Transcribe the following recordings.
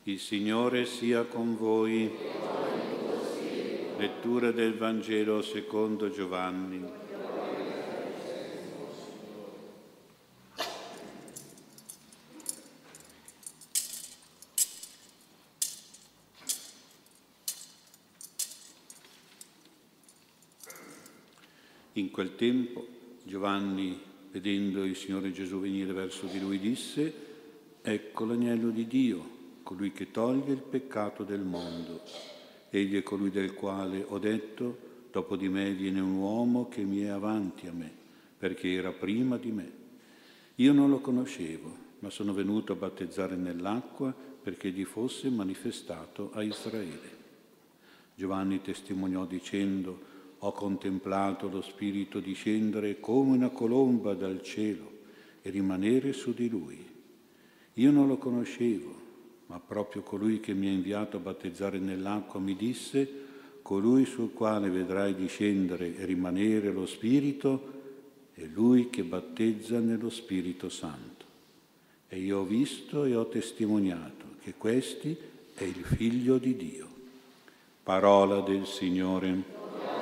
Il Signore sia con voi. Lettura del Vangelo secondo Giovanni. In quel tempo Giovanni, vedendo il Signore Gesù venire verso di lui, disse: «Ecco l'agnello di Dio, colui che toglie il peccato del mondo. Egli è colui del quale ho detto: dopo di me viene un uomo che mi è avanti a me, perché era prima di me. Io non lo conoscevo, ma sono venuto a battezzare nell'acqua perché gli fosse manifestato a Israele». Giovanni testimoniò dicendo: «Ho contemplato lo Spirito discendere come una colomba dal cielo e rimanere su di lui. Io non lo conoscevo, ma proprio colui che mi ha inviato a battezzare nell'acqua mi disse: colui sul quale vedrai discendere e rimanere lo Spirito è lui che battezza nello Spirito Santo. E io ho visto e ho testimoniato che questi è il Figlio di Dio». Parola del Signore.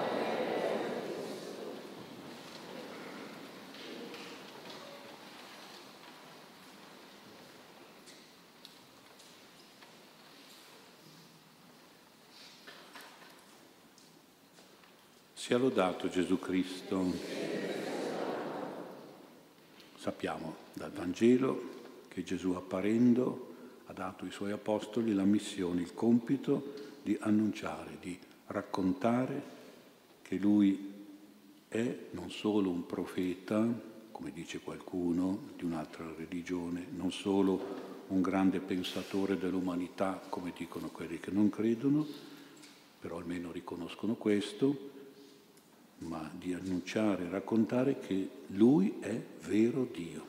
Sia lodato Gesù Cristo. Sappiamo dal Vangelo che Gesù, apparendo, ha dato ai suoi apostoli la missione, il compito di annunciare, di raccontare che Lui è non solo un profeta, come dice qualcuno di un'altra religione, non solo un grande pensatore dell'umanità, come dicono quelli che non credono, però almeno riconoscono questo, ma di annunciare, raccontare che Lui è vero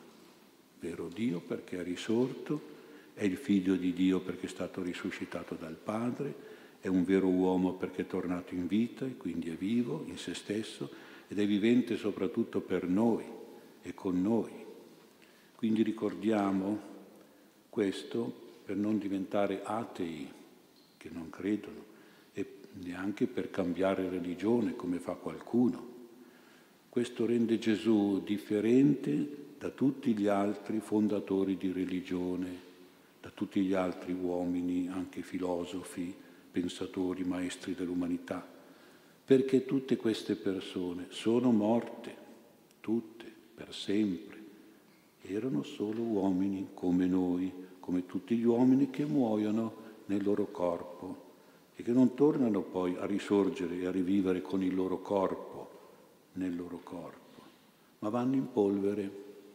Dio perché è risorto, è il Figlio di Dio perché è stato risuscitato dal Padre, è un vero uomo perché è tornato in vita e quindi è vivo in se stesso ed è vivente soprattutto per noi e con noi. Quindi ricordiamo questo per non diventare atei che non credono, neanche per cambiare religione come fa qualcuno. Questo rende Gesù differente da tutti gli altri fondatori di religione, da tutti gli altri uomini, anche filosofi, pensatori, maestri dell'umanità, perché tutte queste persone sono morte, tutte, per sempre. Erano solo uomini come noi, come tutti gli uomini che muoiono nel loro corpo e che non tornano poi a risorgere e a rivivere con il loro corpo, nel loro corpo, ma vanno in polvere.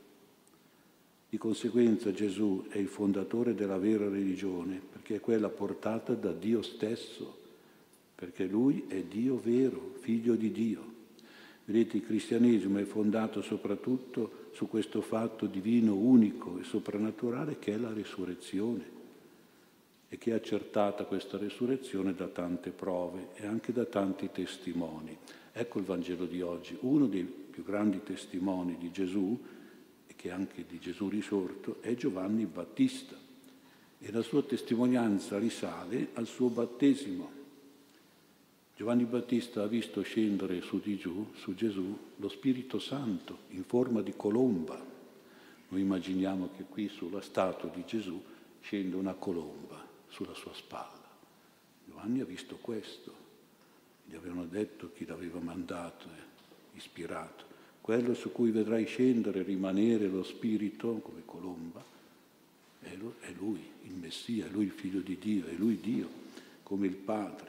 Di conseguenza Gesù è il fondatore della vera religione, perché è quella portata da Dio stesso, perché Lui è Dio vero, Figlio di Dio. Vedete, il cristianesimo è fondato soprattutto su questo fatto divino, unico e soprannaturale che è la risurrezione, e che è accertata questa risurrezione da tante prove e anche da tanti testimoni. Ecco il Vangelo di oggi. Uno dei più grandi testimoni di Gesù, e che anche di Gesù risorto, è Giovanni Battista. E la sua testimonianza risale al suo battesimo. Giovanni Battista ha visto scendere su Gesù, lo Spirito Santo in forma di colomba. Noi immaginiamo che qui sulla statua di Gesù scende una colomba sulla sua spalla. Giovanni ha visto questo, gli avevano detto chi l'aveva mandato e ispirato. Quello su cui vedrai scendere e rimanere lo Spirito come colomba è Lui, il Messia, è Lui il Figlio di Dio, è Lui Dio, come il Padre.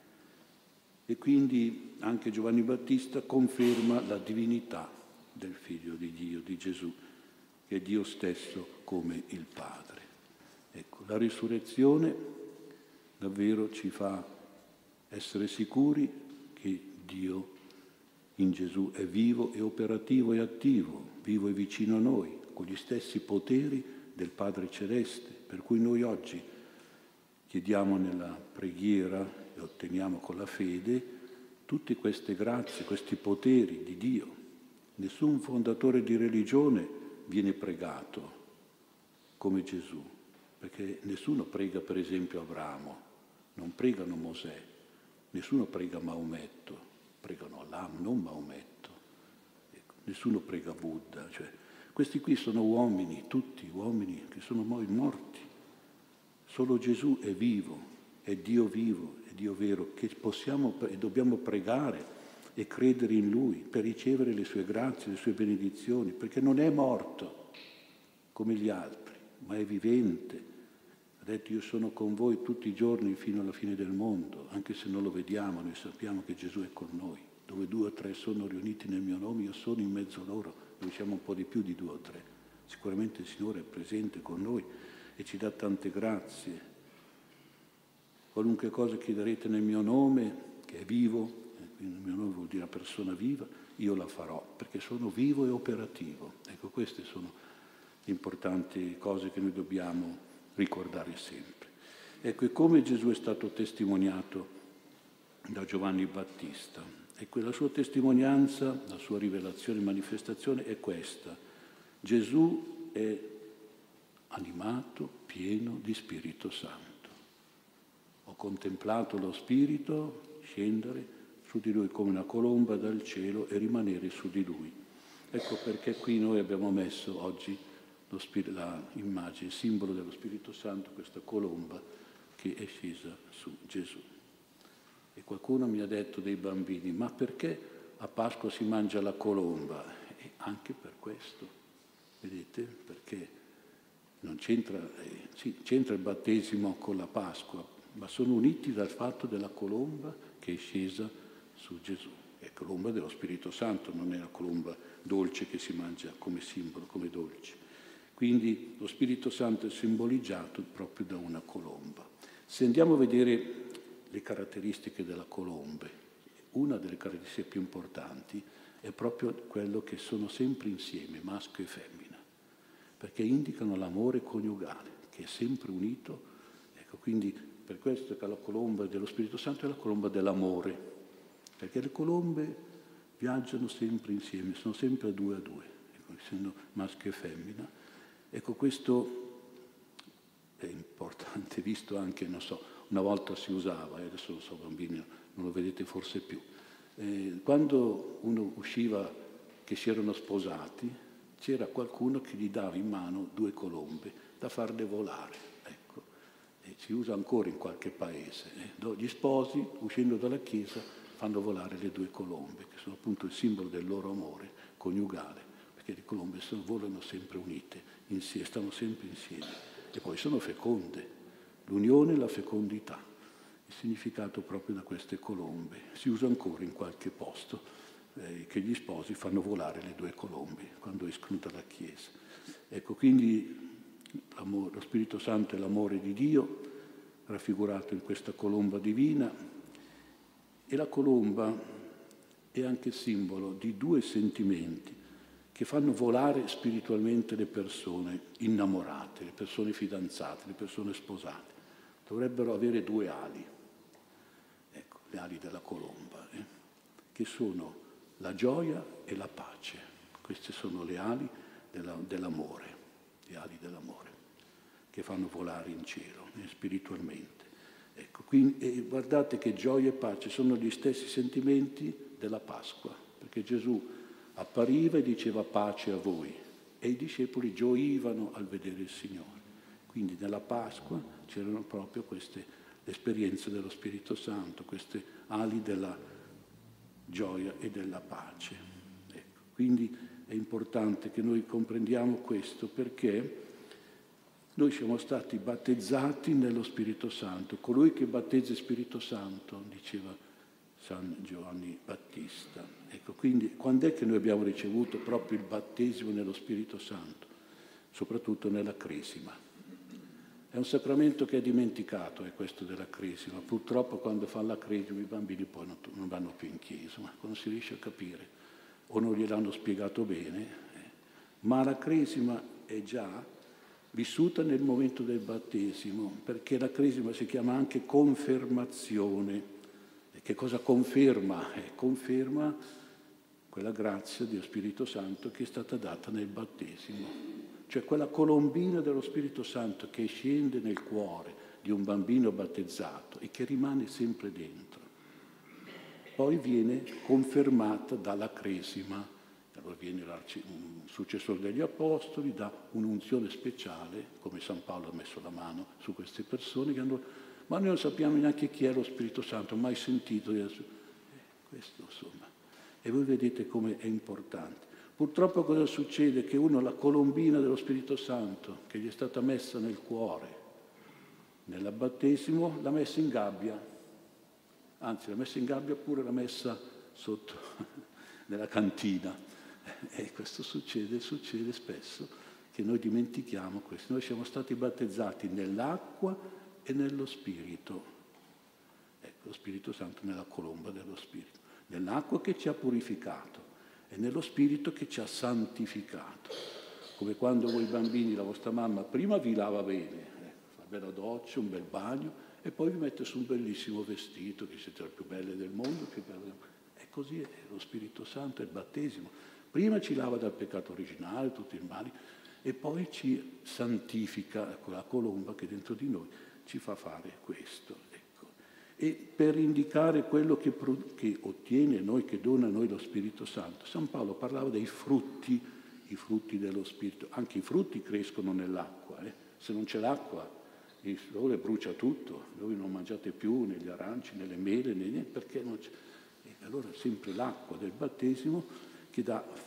E quindi anche Giovanni Battista conferma la divinità del Figlio di Dio, di Gesù, che è Dio stesso come il Padre. Ecco, la risurrezione davvero ci fa essere sicuri che Dio in Gesù è vivo e operativo e attivo, vivo e vicino a noi, con gli stessi poteri del Padre Celeste, per cui noi oggi chiediamo nella preghiera e otteniamo con la fede tutte queste grazie, questi poteri di Dio. Nessun fondatore di religione viene pregato come Gesù, perché nessuno prega per esempio Abramo, non pregano Mosè, nessuno prega Maometto, pregano Allah, non Maometto, ecco, nessuno prega Buddha, cioè questi qui sono uomini, tutti uomini che sono morti. Solo Gesù è vivo, è Dio vero, che possiamo e dobbiamo pregare e credere in Lui per ricevere le sue grazie, le sue benedizioni, perché non è morto come gli altri, ma è vivente. Ha detto: io sono con voi tutti i giorni fino alla fine del mondo, anche se non lo vediamo, noi sappiamo che Gesù è con noi. Dove 2 o 3 sono riuniti nel mio nome, io sono in mezzo a loro, dove siamo un po' di più di 2 o 3. Sicuramente il Signore è presente con noi e ci dà tante grazie. Qualunque cosa chiederete nel mio nome, che è vivo, quindi il mio nome vuol dire persona viva, io la farò, perché sono vivo e operativo. Ecco, queste sono le importanti cose che noi dobbiamo ricordare sempre. Ecco, e come Gesù è stato testimoniato da Giovanni Battista. Ecco, la sua testimonianza, la sua rivelazione e manifestazione è questa. Gesù è animato, pieno di Spirito Santo. Ho contemplato lo Spirito scendere su di lui come una colomba dal cielo e rimanere su di lui. Ecco perché qui noi abbiamo messo oggi l'immagine, il simbolo dello Spirito Santo, questa colomba che è scesa su Gesù. E qualcuno mi ha detto dei bambini: ma perché a Pasqua si mangia la colomba? E anche per questo, vedete? Perché non c'entra, sì, c'entra il battesimo con la Pasqua, ma sono uniti dal fatto della colomba che è scesa su Gesù. È colomba dello Spirito Santo, non è la colomba dolce che si mangia come simbolo, come dolce. Quindi lo Spirito Santo è simboleggiato proprio da una colomba. Se andiamo a vedere le caratteristiche della colomba, una delle caratteristiche più importanti è proprio quello che sono sempre insieme, maschio e femmina, perché indicano l'amore coniugale, che è sempre unito. Ecco, quindi per questo che la colomba dello Spirito Santo è la colomba dell'amore, perché le colombe viaggiano sempre insieme, sono sempre a due, ecco, essendo maschio e femmina. Ecco, questo è importante, visto anche, non so, una volta si usava, adesso non so, bambini non lo vedete forse più, quando uno usciva che si erano sposati, c'era qualcuno che gli dava in mano 2 colombe da farle volare, ecco, e si usa ancora in qualche paese. Gli sposi, uscendo dalla chiesa, fanno volare le 2 colombe, che sono appunto il simbolo del loro amore coniugale, perché le colombe volano sempre unite, insieme, stanno sempre insieme. E poi sono feconde, l'unione e la fecondità, il significato proprio da queste colombe. Si usa ancora in qualche posto che gli sposi fanno volare le 2 colombe quando escono dalla chiesa. Ecco, quindi lo Spirito Santo è l'amore di Dio, raffigurato in questa colomba divina, e la colomba è anche simbolo di 2 sentimenti che fanno volare spiritualmente le persone innamorate, le persone fidanzate, le persone sposate. Dovrebbero avere 2 ali, ecco, le ali della colomba, che sono la gioia e la pace. Queste sono le ali dell'amore, le ali dell'amore, che fanno volare in cielo, spiritualmente. Ecco, quindi, e guardate che gioia e pace sono gli stessi sentimenti della Pasqua, perché Gesù appariva e diceva pace a voi, e i discepoli gioivano al vedere il Signore. Quindi nella Pasqua c'erano proprio queste esperienze dello Spirito Santo, queste ali della gioia e della pace. Ecco, quindi è importante che noi comprendiamo questo, perché noi siamo stati battezzati nello Spirito Santo. Colui che battezza il Spirito Santo, diceva San Giovanni Battista. Ecco, quindi quando è che noi abbiamo ricevuto proprio il battesimo nello Spirito Santo? Soprattutto nella Cresima. È un sacramento che è dimenticato, è questo della Cresima. Purtroppo quando fanno la Cresima i bambini poi non vanno più in chiesa, ma non si riesce a capire, o non gliel'hanno spiegato bene. Ma la Cresima è già vissuta nel momento del battesimo, perché la Cresima si chiama anche confermazione. Che cosa conferma? Conferma quella grazia dello Spirito Santo che è stata data nel battesimo. cioè quella colombina dello Spirito Santo che scende nel cuore di un bambino battezzato e che rimane sempre dentro. Poi viene confermata dalla cresima. Allora viene un successore degli Apostoli, dà un'unzione speciale, come San Paolo ha messo la mano su queste persone, ma noi non sappiamo neanche chi è lo Spirito Santo, mai sentito. Questo insomma. E voi vedete come è importante. Purtroppo cosa succede? Che uno la colombina dello Spirito Santo, che gli è stata messa nel cuore, nel battesimo, l'ha messa in gabbia. Anzi, l'ha messa in gabbia pure l'ha messa sotto nella cantina. E questo succede spesso, che noi dimentichiamo questo. Noi siamo stati battezzati nell'acqua e nello Spirito. Ecco, lo Spirito Santo nella colomba dello Spirito. Nell'acqua che ci ha purificato e nello Spirito che ci ha santificato. Come quando voi bambini, la vostra mamma prima vi lava bene, fa una bella doccia, un bel bagno, e poi vi mette su un bellissimo vestito, che siete le più belle del mondo. E così è lo Spirito Santo, è il battesimo. Prima ci lava dal peccato originale, tutti i mali, e poi ci santifica, quella colomba che dentro di noi ci fa fare questo. Ecco. E per indicare quello che ottiene noi, che dona a noi lo Spirito Santo, San Paolo parlava dei frutti, i frutti dello Spirito. Anche i frutti crescono nell'acqua. Se non c'è l'acqua, il sole brucia tutto. Voi non mangiate più né gli aranci, né le mele, né niente, perché non c'è. E allora sempre l'acqua del battesimo che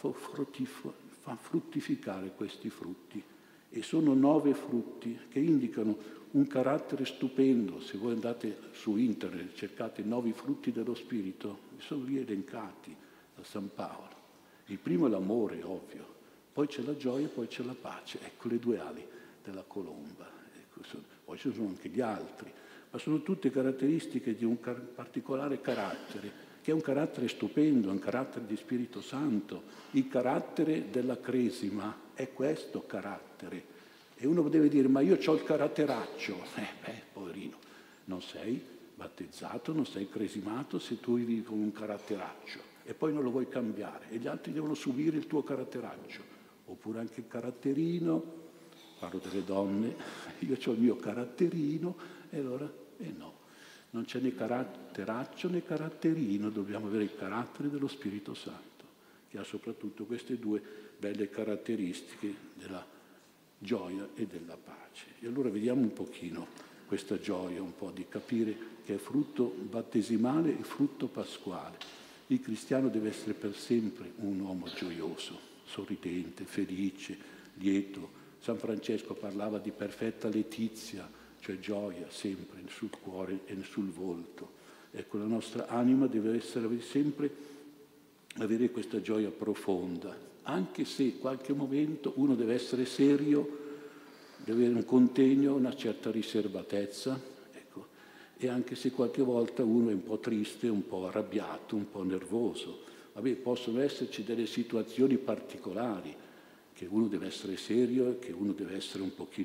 fa fruttificare questi frutti. E sono 9 frutti che indicano un carattere stupendo. Se voi andate su internet, cercate 9 frutti dello Spirito, sono lì elencati da San Paolo. Il primo è l'amore, ovvio, poi c'è la gioia e poi c'è la pace. Ecco le 2 ali della colomba. Ecco, poi ci sono anche gli altri, ma sono tutte caratteristiche di un particolare carattere, che è un carattere stupendo, un carattere di Spirito Santo. Il carattere della cresima è questo carattere. E uno deve dire, ma io ho il caratteraccio. Poverino, non sei battezzato, non sei cresimato se tu vivi con un caratteraccio e poi non lo vuoi cambiare e gli altri devono subire il tuo caratteraccio. Oppure anche il caratterino, parlo delle donne, io ho il mio caratterino e allora, no. Non c'è né caratteraccio né caratterino, dobbiamo avere il carattere dello Spirito Santo, che ha soprattutto queste 2 belle caratteristiche della gioia e della pace. E allora vediamo un pochino questa gioia, un po' di capire che è frutto battesimale e frutto pasquale. Il cristiano deve essere per sempre un uomo gioioso, sorridente, felice, lieto. San Francesco parlava di perfetta letizia, cioè gioia sempre sul cuore e sul volto. Ecco, la nostra anima deve essere sempre avere questa gioia profonda, anche se qualche momento uno deve essere serio, deve avere un contegno, una certa riservatezza, ecco, e anche se qualche volta uno è un po' triste, un po' arrabbiato, un po' nervoso. Vabbè, possono esserci delle situazioni particolari che uno deve essere serio e che uno deve essere un po'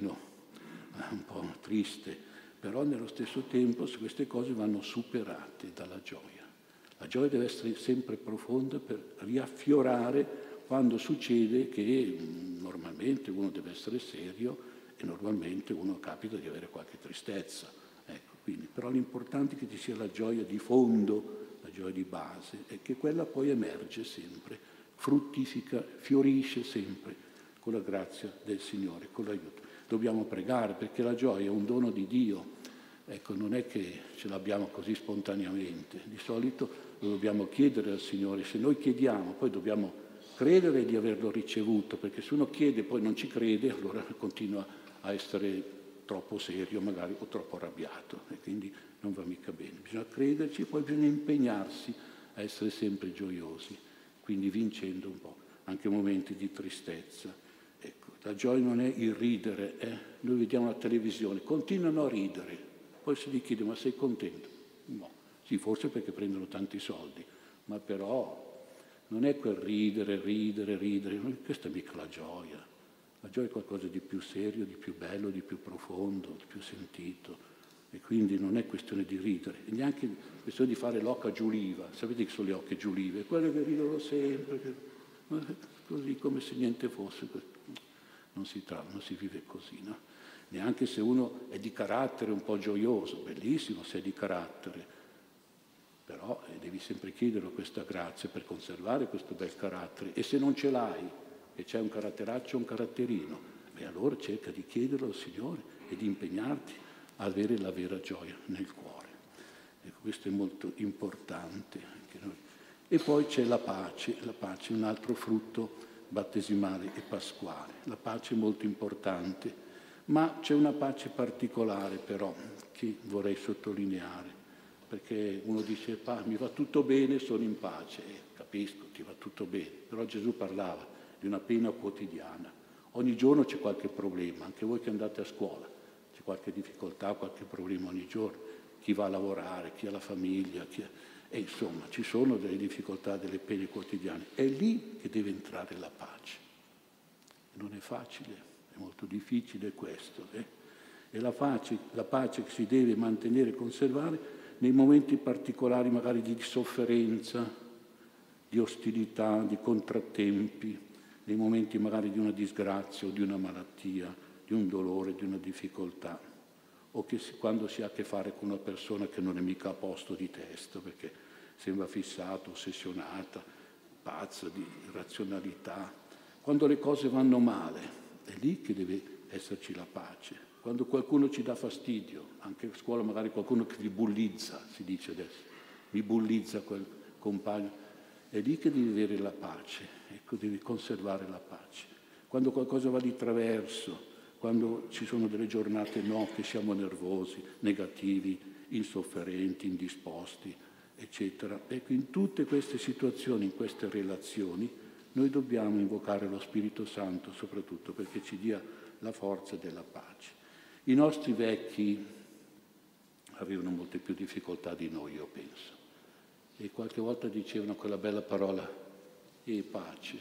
triste, però nello stesso tempo queste cose vanno superate dalla gioia. La gioia deve essere sempre profonda per riaffiorare quando succede che normalmente uno deve essere serio e normalmente uno capita di avere qualche tristezza. Ecco, quindi, però l'importante è che ci sia la gioia di fondo, la gioia di base, e che quella poi emerge sempre, fruttifica, fiorisce sempre con la grazia del Signore, con l'aiuto. Dobbiamo pregare perché la gioia è un dono di Dio. Ecco, non è che ce l'abbiamo così spontaneamente. Di solito lo dobbiamo chiedere al Signore. Se noi chiediamo, poi dobbiamo credere di averlo ricevuto, perché se uno chiede e poi non ci crede, allora continua a essere troppo serio magari o troppo arrabbiato e quindi non va mica bene. Bisogna crederci e poi bisogna impegnarsi a essere sempre gioiosi, quindi vincendo un po' anche momenti di tristezza. Ecco, la gioia non è il ridere, Noi vediamo la televisione, continuano a ridere, poi si gli chiede, ma sei contento? No, sì, forse perché prendono tanti soldi, ma però non è quel ridere, questa è mica la gioia. La gioia è qualcosa di più serio, di più bello, di più profondo, di più sentito. E quindi non è questione di ridere, e neanche questione di fare l'oca giuliva. Sapete che sono le oche giulive? Quelle che ridono sempre, così come se niente fosse. non si vive così, no? Neanche se uno è di carattere un po' gioioso, bellissimo se è di carattere, però devi sempre chiederlo questa grazia per conservare questo bel carattere. E se non ce l'hai, e c'è un caratteraccio, un caratterino, beh allora cerca di chiederlo al Signore e di impegnarti a avere la vera gioia nel cuore. Ecco, questo è molto importante anche noi. E poi c'è la pace è un altro frutto battesimale e pasquale. La pace è molto importante, ma c'è una pace particolare però che vorrei sottolineare, perché uno dice, mi va tutto bene, sono in pace, capisco, ti va tutto bene, però Gesù parlava di una pena quotidiana. Ogni giorno c'è qualche problema, anche voi che andate a scuola, c'è qualche difficoltà, qualche problema ogni giorno, chi va a lavorare, chi ha la famiglia, e insomma ci sono delle difficoltà, delle pene quotidiane. È lì che deve entrare la pace. Non è facile, è molto difficile questo. E la pace che si deve mantenere e conservare nei momenti particolari magari di sofferenza, di ostilità, di contrattempi, nei momenti magari di una disgrazia o di una malattia, di un dolore, di una difficoltà, o quando si ha a che fare con una persona che non è mica a posto di testa, perché sembra fissata, ossessionata, pazza di razionalità. Quando le cose vanno male, è lì che deve esserci la pace. Quando qualcuno ci dà fastidio, anche a scuola magari qualcuno che vi bullizza, si dice adesso, vi bullizza quel compagno, è lì che devi avere la pace, ecco, devi conservare la pace. Quando qualcosa va di traverso, quando ci sono delle giornate che siamo nervosi, negativi, insofferenti, indisposti, eccetera. Ecco, in tutte queste situazioni, in queste relazioni, noi dobbiamo invocare lo Spirito Santo soprattutto perché ci dia la forza della pace. I nostri vecchi avevano molte più difficoltà di noi, io penso, e qualche volta dicevano quella bella parola, pace,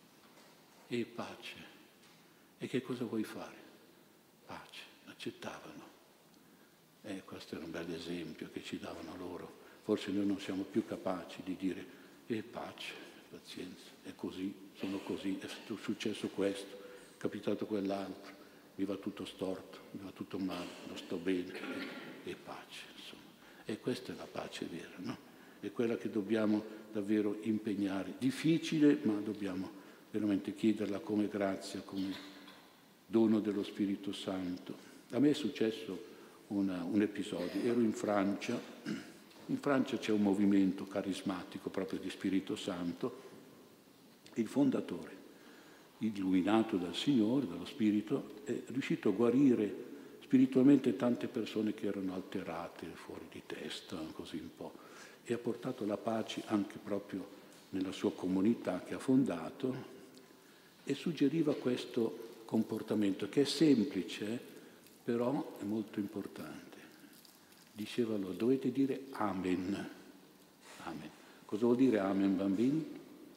pace. E che cosa vuoi fare? Pace, accettavano. Questo era un bel esempio che ci davano loro. Forse noi non siamo più capaci di dire, pace, pazienza, è così, sono così, è successo questo, è capitato quell'altro, mi va tutto storto, mi va tutto male, non sto bene, e pace, insomma. E questa è la pace vera, no? È quella che dobbiamo davvero impegnare. Difficile, ma dobbiamo veramente chiederla come grazia, come dono dello Spirito Santo. A me è successo un episodio, ero in Francia c'è un movimento carismatico proprio di Spirito Santo, il fondatore, illuminato dal Signore, dallo Spirito, è riuscito a guarire spiritualmente tante persone che erano alterate, fuori di testa, così un po', e ha portato la pace anche proprio nella sua comunità che ha fondato e suggeriva questo comportamento che è semplice, però è molto importante. Diceva loro, dovete dire Amen. Amen. Cosa vuol dire Amen, bambini?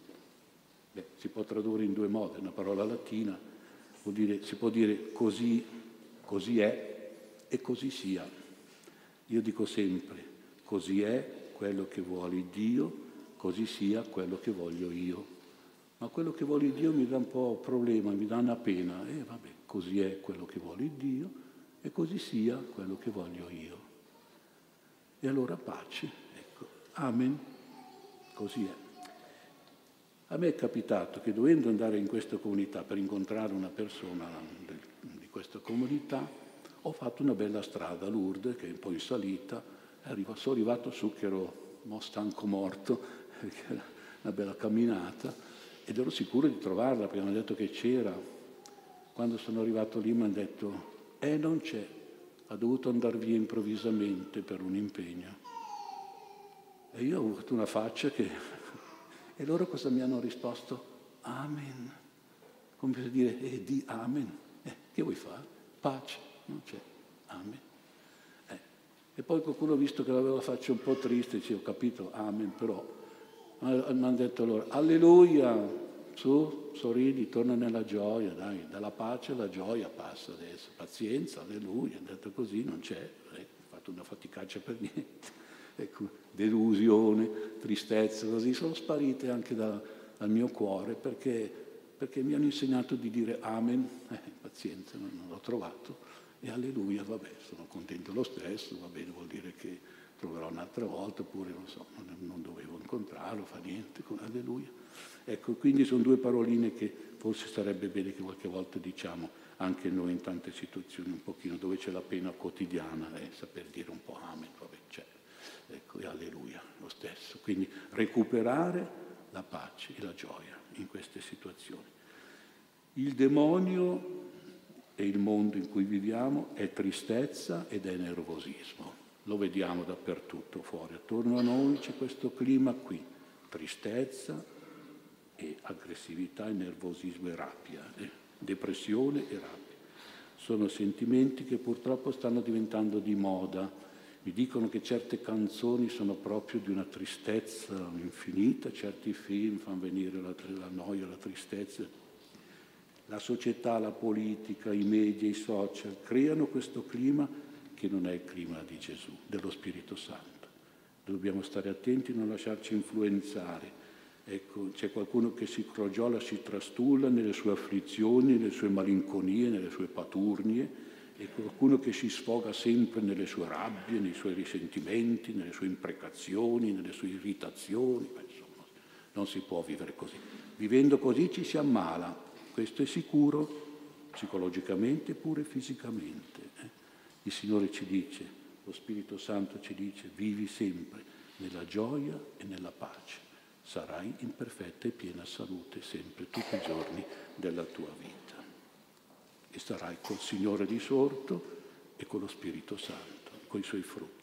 Si può tradurre in due modi, è una parola latina, si può dire così è e così sia. Io dico sempre, così è quello che vuole Dio, così sia quello che voglio io. Ma quello che vuole Dio mi dà un po' problema, mi dà una pena. Vabbè, così è quello che vuole Dio e così sia quello che voglio io. E allora pace, ecco, Amen, così è. A me è capitato che dovendo andare in questa comunità per incontrare una persona di questa comunità, ho fatto una bella strada a Lourdes, che è un po' in salita, sono arrivato su che ero stanco morto, perché era una bella camminata, ed ero sicuro di trovarla, perché mi hanno detto che c'era. Quando sono arrivato lì mi hanno detto, non c'è, ha dovuto andare via improvvisamente per un impegno. E io ho avuto una faccia che... E loro cosa mi hanno risposto? Amen. Come per dire, di Amen. Che vuoi fare? Pace, non c'è. Amen. E poi qualcuno ha visto che avevo la faccia un po' triste, dice, ho capito, Amen, però mi hanno detto loro, alleluia, su, sorridi, torna nella gioia, dai, dalla pace alla gioia passa adesso, pazienza, alleluia, hanno detto così, non c'è, ho fatto una faticaccia per niente. Ecco, delusione, tristezza, così sono sparite anche dal mio cuore, perché perché mi hanno insegnato di dire amen, pazienza, non l'ho trovato, e alleluia, vabbè, sono contento lo stesso, va bene, vuol dire che troverò un'altra volta, oppure non so, non dovevo incontrarlo, fa niente, alleluia. Ecco, quindi sono due paroline che forse sarebbe bene che qualche volta diciamo anche noi in tante situazioni un pochino dove c'è la pena quotidiana, saper dire un po' amen, vabbè, c'è, ecco, e alleluia, lo stesso. Quindi recuperare la pace e la gioia in queste situazioni. Il demonio e il mondo in cui viviamo è tristezza ed è nervosismo. Lo vediamo dappertutto fuori. Attorno a noi c'è questo clima qui, tristezza e aggressività e nervosismo e rabbia, depressione e rabbia. Sono sentimenti che purtroppo stanno diventando di moda. Mi dicono che certe canzoni sono proprio di una tristezza infinita, certi film fanno venire la noia, la tristezza. La società, la politica, i media, i social creano questo clima che non è il clima di Gesù, dello Spirito Santo. Dobbiamo stare attenti a non lasciarci influenzare. Ecco, c'è qualcuno che si crogiola, si trastulla nelle sue afflizioni, nelle sue malinconie, nelle sue paturnie, e qualcuno che si sfoga sempre nelle sue rabbie, nei suoi risentimenti, nelle sue imprecazioni, nelle sue irritazioni. Insomma, non si può vivere così. Vivendo così ci si ammala, questo è sicuro, psicologicamente e pure fisicamente. Il Signore ci dice, lo Spirito Santo ci dice, vivi sempre nella gioia e nella pace. Sarai in perfetta e piena salute sempre, tutti i giorni della tua vita. E sarai col Signore risorto e con lo Spirito Santo, con i suoi frutti.